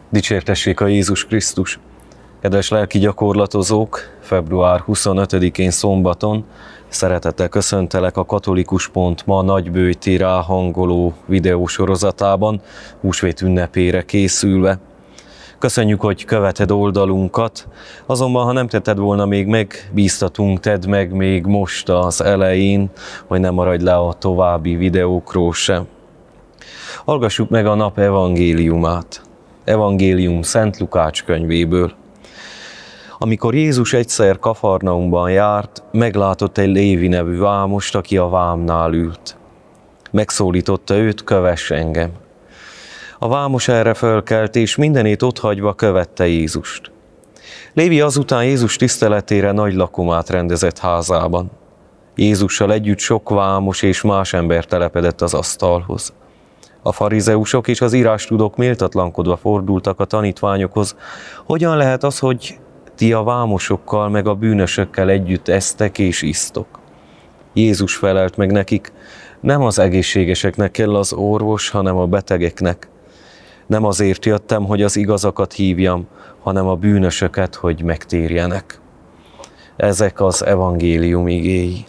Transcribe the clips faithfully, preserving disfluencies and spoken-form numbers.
Dicsértessék a Jézus Krisztus! Kedves lelki gyakorlatozók, február huszonötödikén szombaton szeretettel köszöntelek a Katolikus Pont ma nagybőjti ráhangoló videósorozatában, húsvét ünnepére készülve. Köszönjük, hogy követed oldalunkat, azonban ha nem tetted volna még meg, bíztatunk, tedd meg még most az elején, hogy ne maradj le a további videókról sem. Hallgassuk meg a nap evangéliumát. Evangélium Szent Lukács könyvéből. Amikor Jézus egyszer Kafarnaumban járt, meglátott egy Lévi nevű vámost, aki a vámnál ült. Megszólította őt, kövess engem. A vámos erre fölkelt, és mindenét otthagyva követte Jézust. Lévi azután Jézus tiszteletére nagy lakomát rendezett házában. Jézussal együtt sok vámos és más ember telepedett az asztalhoz. A farizeusok és az írástudók méltatlankodva fordultak a tanítványokhoz. Hogyan lehet az, hogy ti a vámosokkal meg a bűnösökkel együtt esztek és isztok? Jézus felelt meg nekik, nem az egészségeseknek kell az orvos, hanem a betegeknek. Nem azért jöttem, hogy az igazakat hívjam, hanem a bűnösöket, hogy megtérjenek. Ezek az evangélium igéi.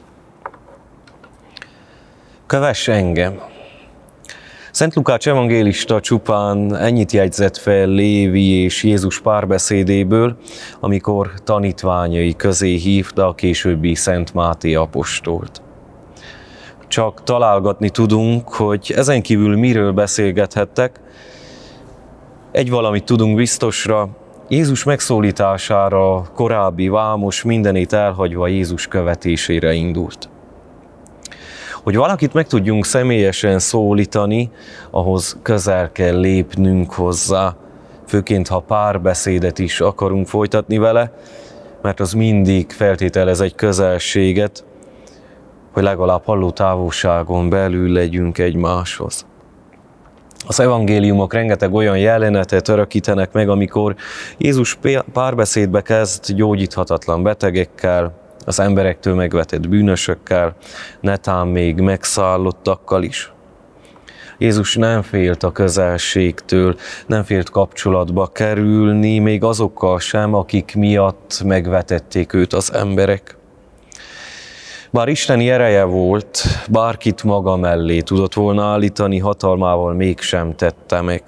Kövess engem! Szent Lukács evangélista csupán ennyit jegyzett fel Lévi és Jézus párbeszédéből, amikor tanítványai közé hívta a későbbi Szent Máté apostolt. Csak találgatni tudunk, hogy ezen kívül miről beszélgethettek. Egy valamit tudunk biztosra, Jézus megszólítására korábbi vámos mindenét elhagyva Jézus követésére indult. Hogy valakit meg tudjunk személyesen szólítani, ahhoz közel kell lépnünk hozzá, főként ha párbeszédet is akarunk folytatni vele, mert az mindig feltételez egy közelséget, hogy legalább halló távolságon belül legyünk egymáshoz. Az evangéliumok rengeteg olyan jelenetet örökítenek meg, amikor Jézus párbeszédbe kezd gyógyíthatatlan betegekkel, az emberektől megvetett bűnösökkel, netán még megszállottakkal is. Jézus nem félt a közelségtől, nem félt kapcsolatba kerülni, még azokkal sem, akik miatt megvetették őt az emberek. Bár isteni ereje volt, bárkit maga mellé tudott volna állítani, hatalmával mégsem tette meg.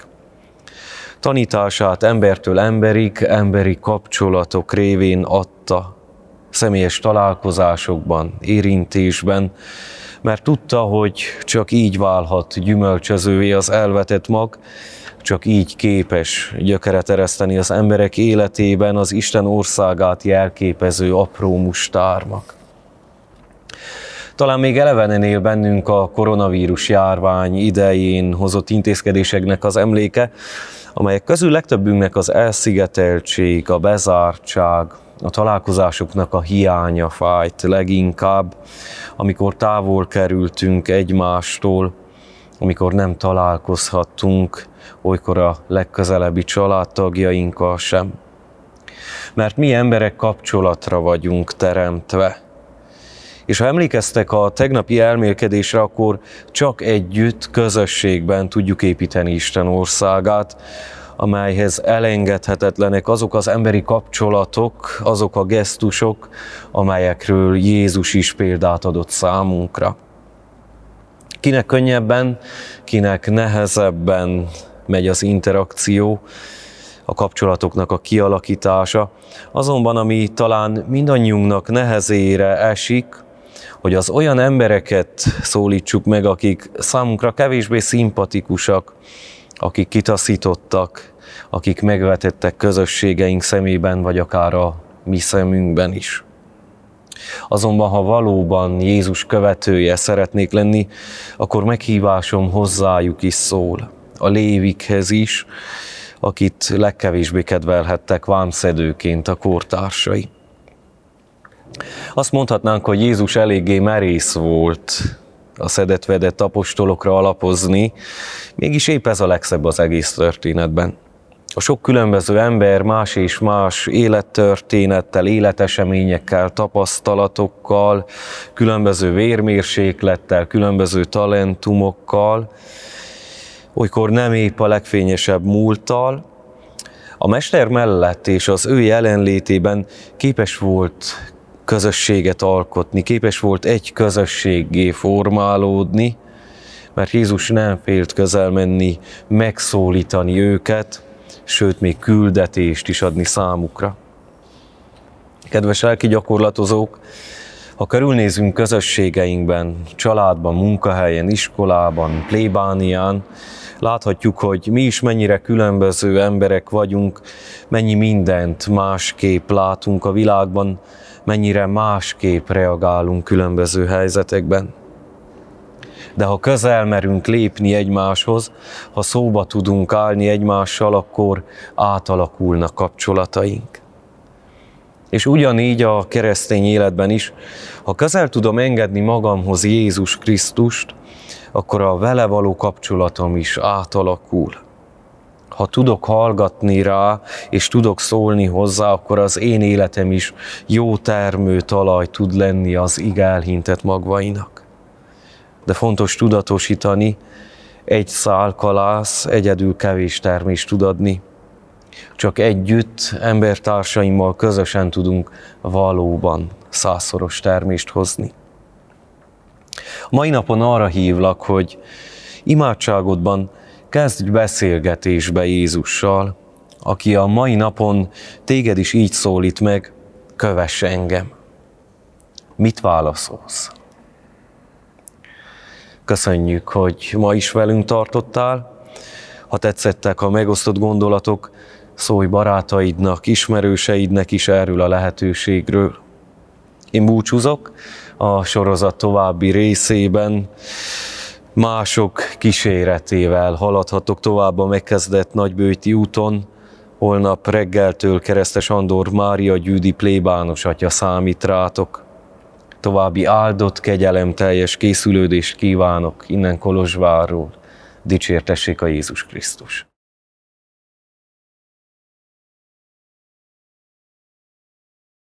Tanítását embertől emberig, emberi kapcsolatok révén adta, személyes találkozásokban, érintésben, mert tudta, hogy csak így válhat gyümölcsözővé az elvetett mag, csak így képes gyökeret ereszteni az emberek életében az Isten országát jelképező apró mustármag. Talán még elevenen él bennünk a koronavírus járvány idején hozott intézkedéseknek az emléke, amelyek közül legtöbbünknek az elszigeteltség, a bezártság, a találkozásoknak a hiánya fájt leginkább, amikor távol kerültünk egymástól, amikor nem találkozhattunk olykor a legközelebbi családtagjainkkal sem. Mert mi emberek kapcsolatra vagyunk teremtve. És ha emlékeztek a tegnapi elmélkedésre, akkor csak együtt, közösségben tudjuk építeni Isten országát, amelyhez elengedhetetlenek azok az emberi kapcsolatok, azok a gesztusok, amelyekről Jézus is példát adott számunkra. Kinek könnyebben, kinek nehezebben megy az interakció, a kapcsolatoknak a kialakítása, azonban ami talán mindannyiunknak nehezére esik, hogy az olyan embereket szólítsuk meg, akik számunkra kevésbé szimpatikusak, akik kitaszítottak, akik megvetettek közösségeink szemében, vagy akár a mi szemünkben is. Azonban, ha valóban Jézus követője szeretnék lenni, akkor meghívásom hozzájuk is szól, a lévikhez is, akit legkevésbé kedvelhettek vámszedőként a kortársai. Azt mondhatnánk, hogy Jézus eléggé merész volt a szedett-vedett apostolokra alapozni, mégis épp ez a legszebb az egész történetben. A sok különböző ember más és más élettörténettel, életeseményekkel, tapasztalatokkal, különböző vérmérséklettel, különböző talentumokkal, olykor nem épp a legfényesebb múlttal, A Mester mellett és az ő jelenlétében képes volt közösséget alkotni, képes volt egy közösséggé formálódni, mert Jézus nem félt közel menni, megszólítani őket, sőt, még küldetést is adni számukra. Kedves lelki gyakorlatozók, ha körülnézünk közösségeinkben, családban, munkahelyen, iskolában, plébánián, láthatjuk, hogy mi is mennyire különböző emberek vagyunk, mennyi mindent másképp látunk a világban, mennyire másképp reagálunk különböző helyzetekben. De ha közel merünk lépni egymáshoz, ha szóba tudunk állni egymással, akkor átalakulnak kapcsolataink. És ugyanígy a keresztény életben is, ha közel tudom engedni magamhoz Jézus Krisztust, akkor a vele való kapcsolatom is átalakul. Ha tudok hallgatni rá, és tudok szólni hozzá, akkor az én életem is jó termő talaj tud lenni az ige elhintett magvainak. De fontos tudatosítani, egy szál kalász egyedül kevés termést tud adni. Csak együtt, embertársaimmal közösen tudunk valóban százszoros termést hozni. A mai napon arra hívlak, hogy imádságodban kezdj beszélgetésbe Jézussal, aki a mai napon téged is így szólít meg, kövess engem. Mit válaszolsz? Köszönjük, hogy ma is velünk tartottál. Ha tetszettek a megosztott gondolatok, szólj barátaidnak, ismerőseidnek is erről a lehetőségről. Én búcsúzok, a sorozat további részében mások kíséretével haladhatok tovább a megkezdett Nagybőti úton. Holnap reggeltől Keresztes Andor Mária Gyűdi plébános atya számít rátok. További áldott, kegyelemteljes készülődést kívánok innen Kolozsvárról. Dicsértessék a Jézus Krisztus!